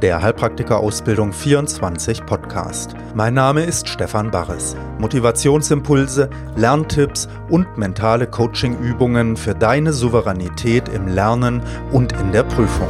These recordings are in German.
der Heilpraktiker-Ausbildung 24 Podcast. Mein Name ist Stefan Barres. Motivationsimpulse, Lerntipps und mentale Coaching-Übungen für deine Souveränität im Lernen und in der Prüfung.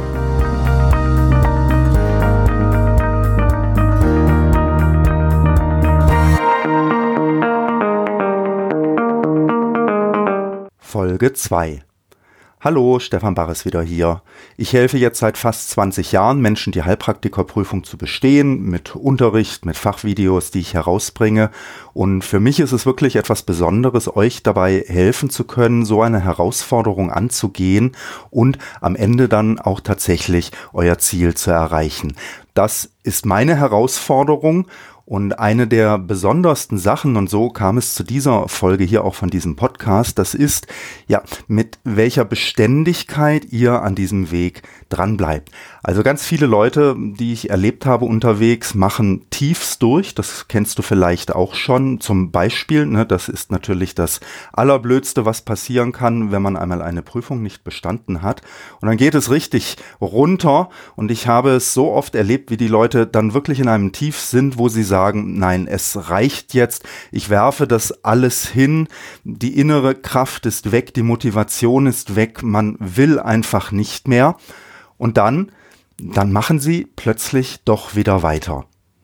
Folge 2. Hallo, Stefan Barres wieder hier. Ich helfe jetzt seit fast 20 Jahren Menschen, die Heilpraktikerprüfung zu bestehen, mit Unterricht, mit Fachvideos, die ich herausbringe. Und für mich ist es wirklich etwas Besonderes, euch dabei helfen zu können, so eine Herausforderung anzugehen und am Ende dann auch tatsächlich euer Ziel zu erreichen. Das ist meine Herausforderung. Und eine der besondersten Sachen, und so kam es zu dieser Folge hier auch von diesem Podcast, das ist, ja, mit welcher Beständigkeit ihr an diesem Weg dran bleibt. Also ganz viele Leute, die ich erlebt habe unterwegs, machen Tiefs durch. Das kennst du vielleicht auch schon. Zum Beispiel, das ist natürlich das Allerblödste, was passieren kann, wenn man einmal eine Prüfung nicht bestanden hat. Und dann geht es richtig runter. Und ich habe es so oft erlebt, wie die Leute dann wirklich in einem Tief sind, wo sie sagen, nein, es reicht jetzt. Ich werfe das alles hin. Die innere Kraft ist weg, die Motivation ist weg. Man will einfach nicht mehr. Und dann machen sie plötzlich doch wieder weiter.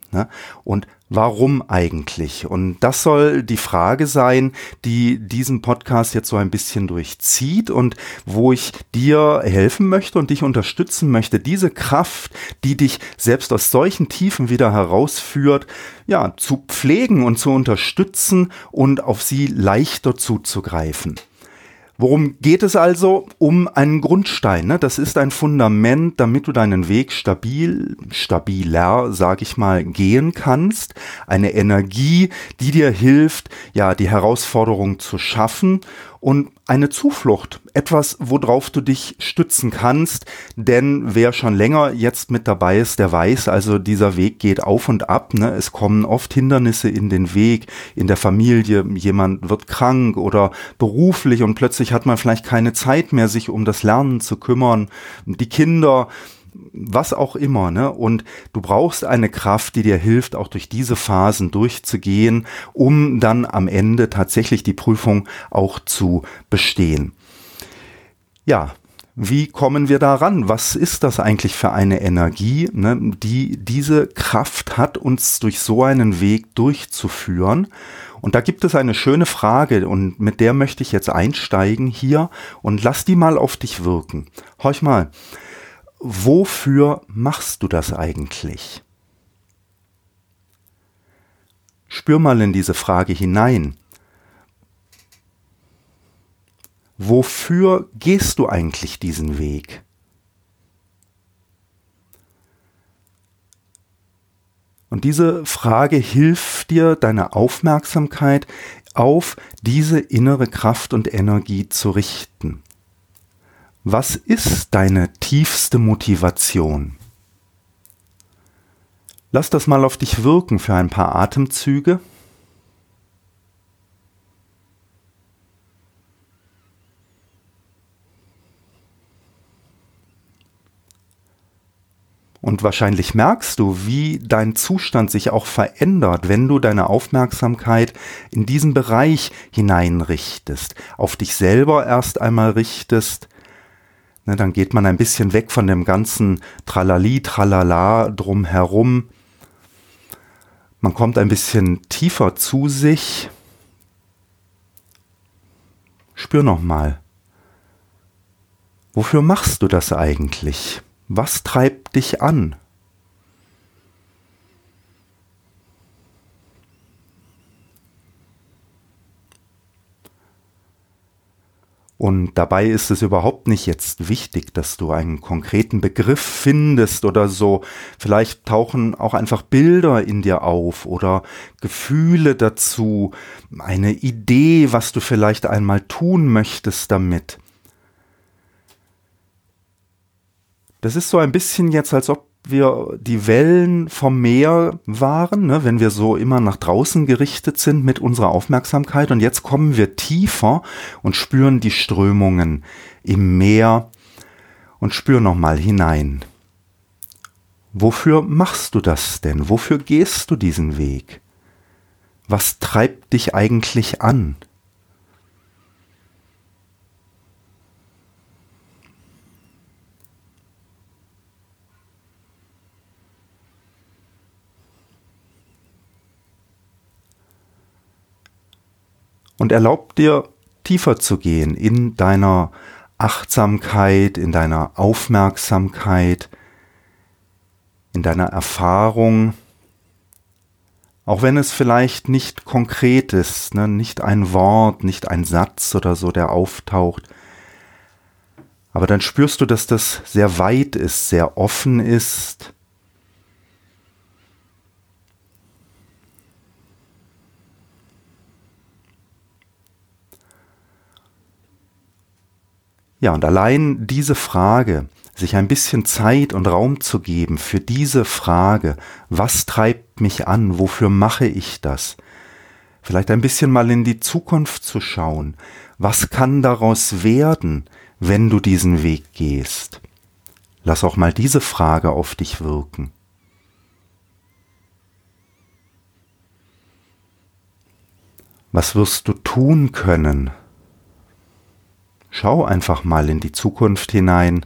Und warum eigentlich? Und das soll die Frage sein, die diesen Podcast jetzt so ein bisschen durchzieht und wo ich dir helfen möchte und dich unterstützen möchte, diese Kraft, die dich selbst aus solchen Tiefen wieder herausführt, ja, zu pflegen und zu unterstützen und auf sie leichter zuzugreifen. Worum geht es also? Um einen Grundstein. Das ist ein Fundament, damit du deinen Weg stabiler, sag ich mal, gehen kannst. Eine Energie, die dir hilft, ja, die Herausforderung zu schaffen und eine Zuflucht. Etwas, worauf du dich stützen kannst. Denn wer schon länger jetzt mit dabei ist, der weiß, also dieser Weg geht auf und ab. Es kommen oft Hindernisse in den Weg, in der Familie. Jemand wird krank oder beruflich und plötzlich hat man vielleicht keine Zeit mehr, sich um das Lernen zu kümmern. Die Kinder, was auch immer, und du brauchst eine Kraft, die dir hilft, auch durch diese Phasen durchzugehen, um dann am Ende tatsächlich die Prüfung auch zu bestehen. Ja, wie kommen wir daran? Was ist das eigentlich für eine Energie, die diese Kraft hat, uns durch so einen Weg durchzuführen? Und da gibt es eine schöne Frage und mit der möchte ich jetzt einsteigen hier und lass die mal auf dich wirken. Horch mal. Wofür machst du das eigentlich? Spür mal in diese Frage hinein. Wofür gehst du eigentlich diesen Weg? Und diese Frage hilft dir, deine Aufmerksamkeit auf diese innere Kraft und Energie zu richten. Was ist deine tiefste Motivation? Lass das mal auf dich wirken für ein paar Atemzüge. Und wahrscheinlich merkst du, wie dein Zustand sich auch verändert, wenn du deine Aufmerksamkeit in diesen Bereich hineinrichtest, auf dich selber erst einmal richtest. Dann geht man ein bisschen weg von dem ganzen Tralali, Tralala drumherum. Man kommt ein bisschen tiefer zu sich. Spür nochmal. Wofür machst du das eigentlich? Was treibt dich an? Und dabei ist es überhaupt nicht jetzt wichtig, dass du einen konkreten Begriff findest oder so. Vielleicht tauchen auch einfach Bilder in dir auf oder Gefühle dazu, eine Idee, was du vielleicht einmal tun möchtest damit. Das ist so ein bisschen jetzt, als ob wir die Wellen vom Meer waren, wenn wir so immer nach draußen gerichtet sind mit unserer Aufmerksamkeit. Und jetzt kommen wir tiefer und spüren die Strömungen im Meer und spüren nochmal hinein. Wofür machst du das denn? Wofür gehst du diesen Weg? Was treibt dich eigentlich an? Und erlaub dir, tiefer zu gehen in deiner Achtsamkeit, in deiner Aufmerksamkeit, in deiner Erfahrung, auch wenn es vielleicht nicht konkret ist, ne, nicht ein Wort, nicht ein Satz oder so, der auftaucht, aber dann spürst du, dass das sehr weit ist, sehr offen ist. Ja, und allein diese Frage, sich ein bisschen Zeit und Raum zu geben für diese Frage, was treibt mich an, wofür mache ich das? Vielleicht ein bisschen mal in die Zukunft zu schauen, was kann daraus werden, wenn du diesen Weg gehst? Lass auch mal diese Frage auf dich wirken. Was wirst du tun können? Schau einfach mal in die Zukunft hinein.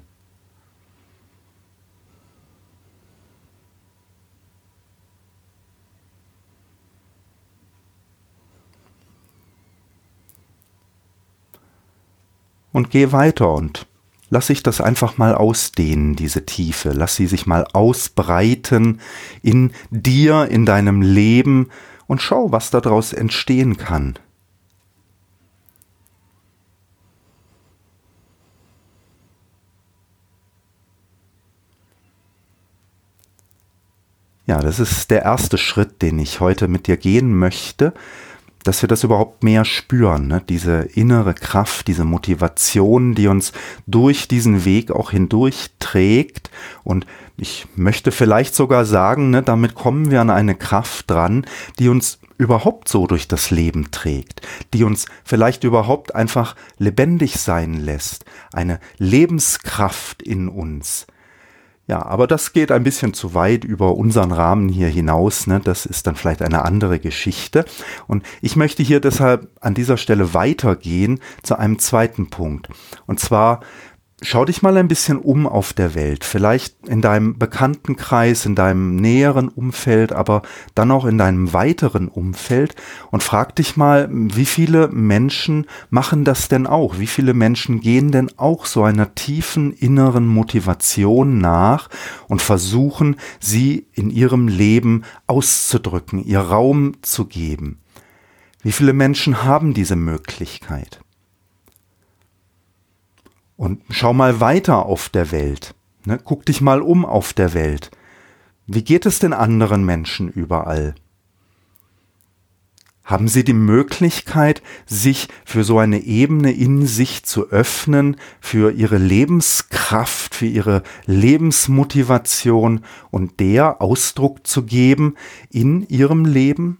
Und geh weiter und lass sich das einfach mal ausdehnen, diese Tiefe. Lass sie sich mal ausbreiten in dir, in deinem Leben und schau, was daraus entstehen kann. Ja, das ist der erste Schritt, den ich heute mit dir gehen möchte, dass wir das überhaupt mehr spüren, ne? Diese innere Kraft, diese Motivation, die uns durch diesen Weg auch hindurch trägt. Und ich möchte vielleicht sogar sagen, ne, damit kommen wir an eine Kraft dran, die uns überhaupt so durch das Leben trägt, die uns vielleicht überhaupt einfach lebendig sein lässt, eine Lebenskraft in uns. Ja, aber das geht ein bisschen zu weit über unseren Rahmen hier hinaus, ne? Das ist dann vielleicht eine andere Geschichte. Und ich möchte hier deshalb an dieser Stelle weitergehen zu einem zweiten Punkt. Und zwar, schau dich mal ein bisschen um auf der Welt, vielleicht in deinem Bekanntenkreis, in deinem näheren Umfeld, aber dann auch in deinem weiteren Umfeld und frag dich mal, wie viele Menschen machen das denn auch? Wie viele Menschen gehen denn auch so einer tiefen inneren Motivation nach und versuchen, sie in ihrem Leben auszudrücken, ihr Raum zu geben? Wie viele Menschen haben diese Möglichkeit? Und schau mal weiter auf der Welt. Ne? Guck dich mal um auf der Welt. Wie geht es den anderen Menschen überall? Haben sie die Möglichkeit, sich für so eine Ebene in sich zu öffnen, für ihre Lebenskraft, für ihre Lebensmotivation und der Ausdruck zu geben in ihrem Leben?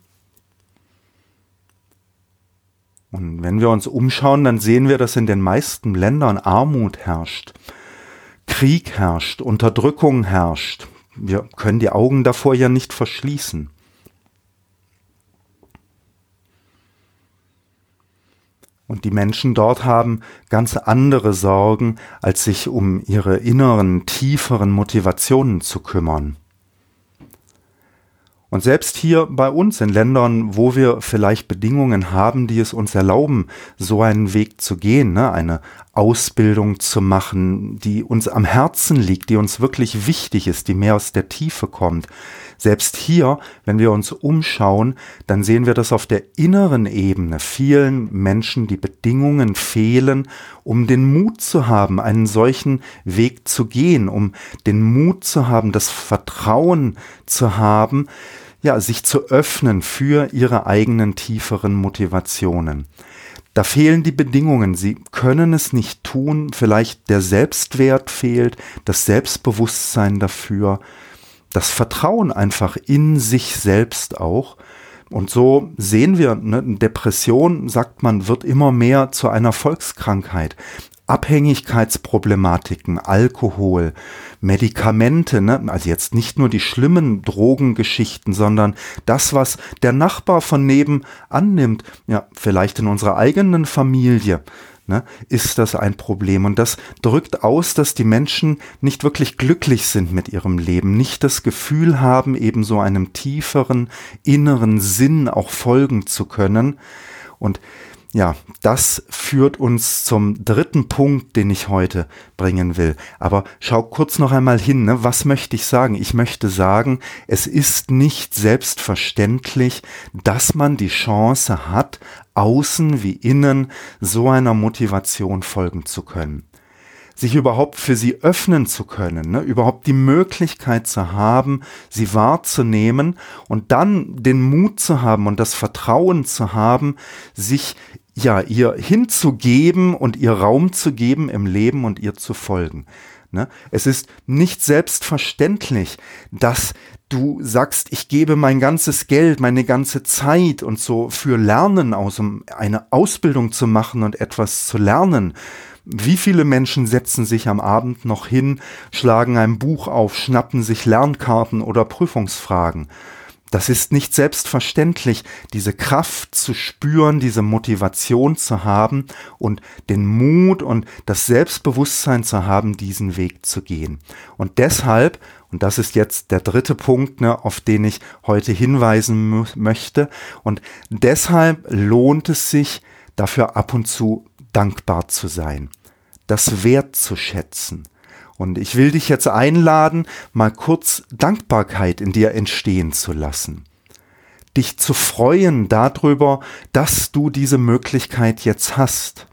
Und wenn wir uns umschauen, dann sehen wir, dass in den meisten Ländern Armut herrscht, Krieg herrscht, Unterdrückung herrscht. Wir können die Augen davor ja nicht verschließen. Und die Menschen dort haben ganz andere Sorgen, als sich um ihre inneren, tieferen Motivationen zu kümmern. Und selbst hier bei uns in Ländern, wo wir vielleicht Bedingungen haben, die es uns erlauben, so einen Weg zu gehen, ne, eine Ausbildung zu machen, die uns am Herzen liegt, die uns wirklich wichtig ist, die mehr aus der Tiefe kommt. Selbst hier, wenn wir uns umschauen, dann sehen wir, dass auf der inneren Ebene vielen Menschen die Bedingungen fehlen, um den Mut zu haben, einen solchen Weg zu gehen, um den Mut zu haben, das Vertrauen zu haben, ja, sich zu öffnen für ihre eigenen tieferen Motivationen. Da fehlen die Bedingungen, sie können es nicht tun, vielleicht der Selbstwert fehlt, das Selbstbewusstsein dafür, das Vertrauen einfach in sich selbst auch. Und so sehen wir, ne, Depression, sagt man, wird immer mehr zu einer Volkskrankheit. Abhängigkeitsproblematiken, Alkohol, Medikamente, ne? Also jetzt nicht nur die schlimmen Drogengeschichten, sondern das, was der Nachbar von nebenan annimmt, ja, vielleicht in unserer eigenen Familie, ne, ist das ein Problem. Und das drückt aus, dass die Menschen nicht wirklich glücklich sind mit ihrem Leben, nicht das Gefühl haben, eben so einem tieferen inneren Sinn auch folgen zu können. Und ja, das führt uns zum dritten Punkt, den ich heute bringen will. Aber schau kurz noch einmal hin, ne? Was möchte ich sagen? Ich möchte sagen, es ist nicht selbstverständlich, dass man die Chance hat, außen wie innen so einer Motivation folgen zu können. Sich überhaupt für sie öffnen zu können, ne? Überhaupt die Möglichkeit zu haben, sie wahrzunehmen und dann den Mut zu haben und das Vertrauen zu haben, sich ja ihr hinzugeben und ihr Raum zu geben im Leben und ihr zu folgen. Ne? Es ist nicht selbstverständlich, dass du sagst, ich gebe mein ganzes Geld, meine ganze Zeit und so für Lernen aus, um eine Ausbildung zu machen und etwas zu lernen. Wie viele Menschen setzen sich am Abend noch hin, schlagen ein Buch auf, schnappen sich Lernkarten oder Prüfungsfragen? Das ist nicht selbstverständlich, diese Kraft zu spüren, diese Motivation zu haben und den Mut und das Selbstbewusstsein zu haben, diesen Weg zu gehen. Und deshalb, und das ist jetzt der dritte Punkt, ne, auf den ich heute hinweisen möchte, und deshalb lohnt es sich, dafür ab und zu dankbar zu sein, das wertzuschätzen. Und ich will dich jetzt einladen, mal kurz Dankbarkeit in dir entstehen zu lassen. Dich zu freuen darüber, dass du diese Möglichkeit jetzt hast.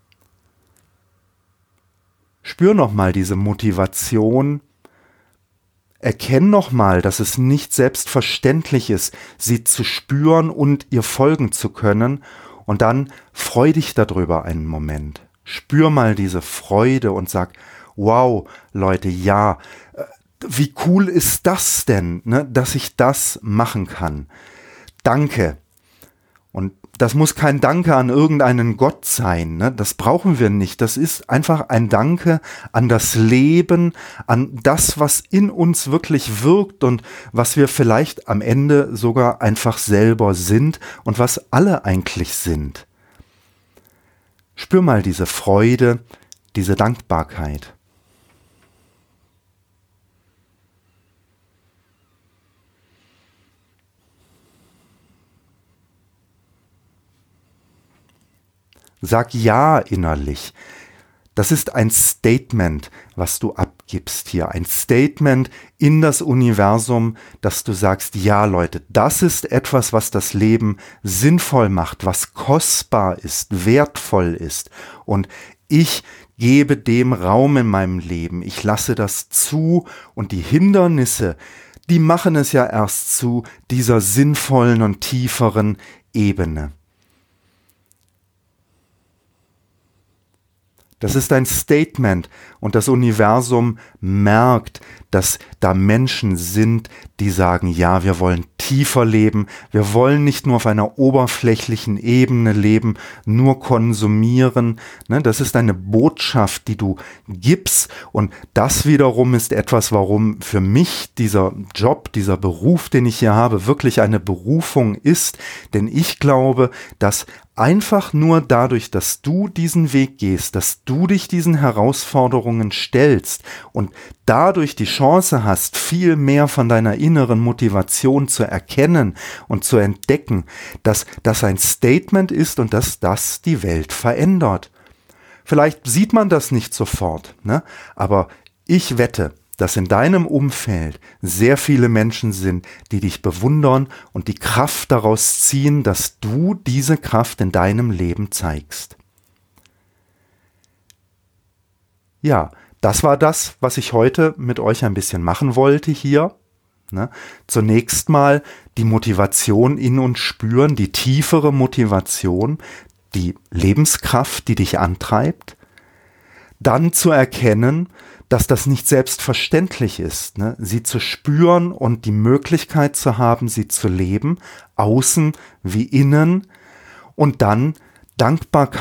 Spür nochmal diese Motivation. Erkenn nochmal, dass es nicht selbstverständlich ist, sie zu spüren und ihr folgen zu können. Und dann freu dich darüber einen Moment. Spür mal diese Freude und sag, wow, Leute, ja, wie cool ist das denn, ne, dass ich das machen kann? Danke. Und das muss kein Danke an irgendeinen Gott sein, ne? Das brauchen wir nicht. Das ist einfach ein Danke an das Leben, an das, was in uns wirklich wirkt und was wir vielleicht am Ende sogar einfach selber sind und was alle eigentlich sind. Spür mal diese Freude, diese Dankbarkeit. Sag ja innerlich. Das ist ein Statement, was du abgibst hier. Ein Statement in das Universum, dass du sagst, ja Leute, das ist etwas, was das Leben sinnvoll macht, was kostbar ist, wertvoll ist. Und ich gebe dem Raum in meinem Leben. Ich lasse das zu und die Hindernisse, die machen es ja erst zu dieser sinnvollen und tieferen Ebene. Das ist ein Statement und das Universum merkt, dass da Menschen sind, die sagen, ja, wir wollen tiefer leben, wir wollen nicht nur auf einer oberflächlichen Ebene leben, nur konsumieren. Ne, das ist eine Botschaft, die du gibst und das wiederum ist etwas, warum für mich dieser Job, dieser Beruf, den ich hier habe, wirklich eine Berufung ist, denn ich glaube, dass einfach nur dadurch, dass du diesen Weg gehst, dass du dich diesen Herausforderungen stellst und dadurch die Chance hast, viel mehr von deiner inneren Motivation zu erkennen und zu entdecken, dass das ein Statement ist und dass das die Welt verändert. Vielleicht sieht man das nicht sofort, ne? Aber ich wette, dass in deinem Umfeld sehr viele Menschen sind, die dich bewundern und die Kraft daraus ziehen, dass du diese Kraft in deinem Leben zeigst. Ja, das war das, was ich heute mit euch ein bisschen machen wollte hier. Ne? Zunächst mal die Motivation in uns spüren, die tiefere Motivation, die Lebenskraft, die dich antreibt. Dann zu erkennen, dass das nicht selbstverständlich ist, ne? Sie zu spüren und die Möglichkeit zu haben, sie zu leben, außen wie innen, und dann Dankbarkeit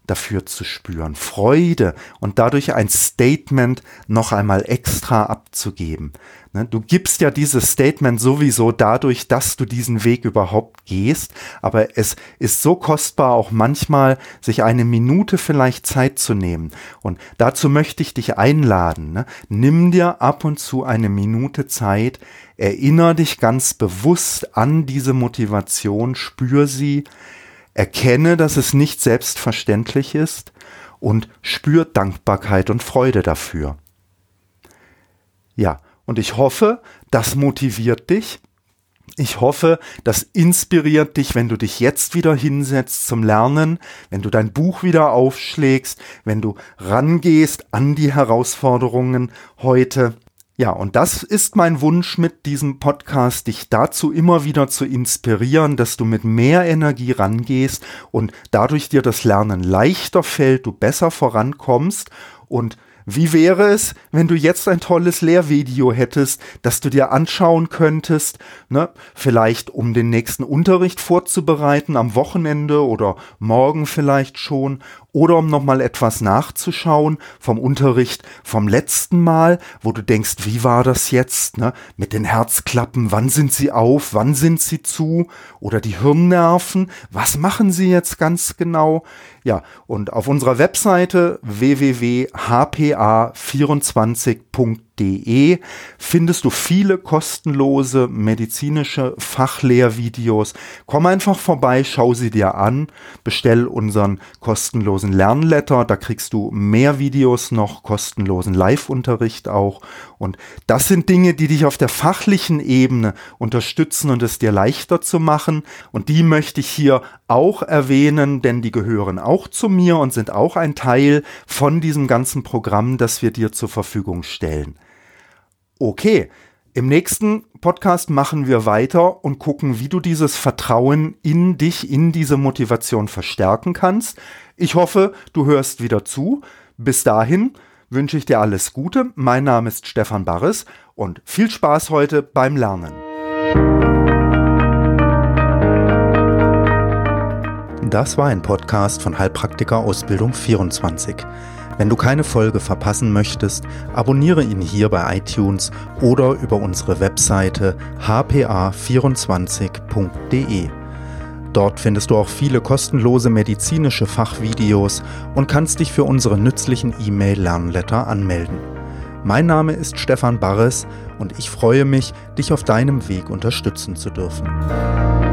dafür zu spüren, Freude und dadurch ein Statement noch einmal extra abzugeben. Du gibst ja dieses Statement sowieso dadurch, dass du diesen Weg überhaupt gehst, aber es ist so kostbar, auch manchmal sich eine Minute vielleicht Zeit zu nehmen. Und dazu möchte ich dich einladen. Nimm dir ab und zu eine Minute Zeit, erinnere dich ganz bewusst an diese Motivation, spür sie, erkenne, dass es nicht selbstverständlich ist und spür Dankbarkeit und Freude dafür. Ja, und ich hoffe, das motiviert dich. Ich hoffe, das inspiriert dich, wenn du dich jetzt wieder hinsetzt zum Lernen, wenn du dein Buch wieder aufschlägst, wenn du rangehst an die Herausforderungen heute. Ja, und das ist mein Wunsch mit diesem Podcast, dich dazu immer wieder zu inspirieren, dass du mit mehr Energie rangehst und dadurch dir das Lernen leichter fällt, du besser vorankommst. Und wie wäre es, wenn du jetzt ein tolles Lehrvideo hättest, das du dir anschauen könntest, vielleicht um den nächsten Unterricht vorzubereiten, am Wochenende oder morgen vielleicht schon, oder um nochmal etwas nachzuschauen vom Unterricht vom letzten Mal, wo du denkst, wie war das jetzt, mit den Herzklappen, wann sind sie auf, wann sind sie zu, oder die Hirnnerven, was machen sie jetzt ganz genau? Ja, und auf unserer Webseite www.hpa24.de findest du viele kostenlose medizinische Fachlehrvideos. Komm einfach vorbei, schau sie dir an, bestell unseren kostenlosen Lernletter, da kriegst du mehr Videos noch, kostenlosen Live-Unterricht auch. Und das sind Dinge, die dich auf der fachlichen Ebene unterstützen und es dir leichter zu machen. Und die möchte ich hier auch erwähnen, denn die gehören auch zu mir und sind auch ein Teil von diesem ganzen Programm, das wir dir zur Verfügung stellen. Okay, im nächsten Podcast machen wir weiter und gucken, wie du dieses Vertrauen in dich, in diese Motivation verstärken kannst. Ich hoffe, du hörst wieder zu. Bis dahin wünsche ich dir alles Gute. Mein Name ist Stefan Barres und viel Spaß heute beim Lernen. Das war ein Podcast von Heilpraktiker Ausbildung 24. Wenn du keine Folge verpassen möchtest, abonniere ihn hier bei iTunes oder über unsere Webseite hpa24.de. Dort findest du auch viele kostenlose medizinische Fachvideos und kannst dich für unsere nützlichen E-Mail-Lernletter anmelden. Mein Name ist Stefan Barres und ich freue mich, dich auf deinem Weg unterstützen zu dürfen.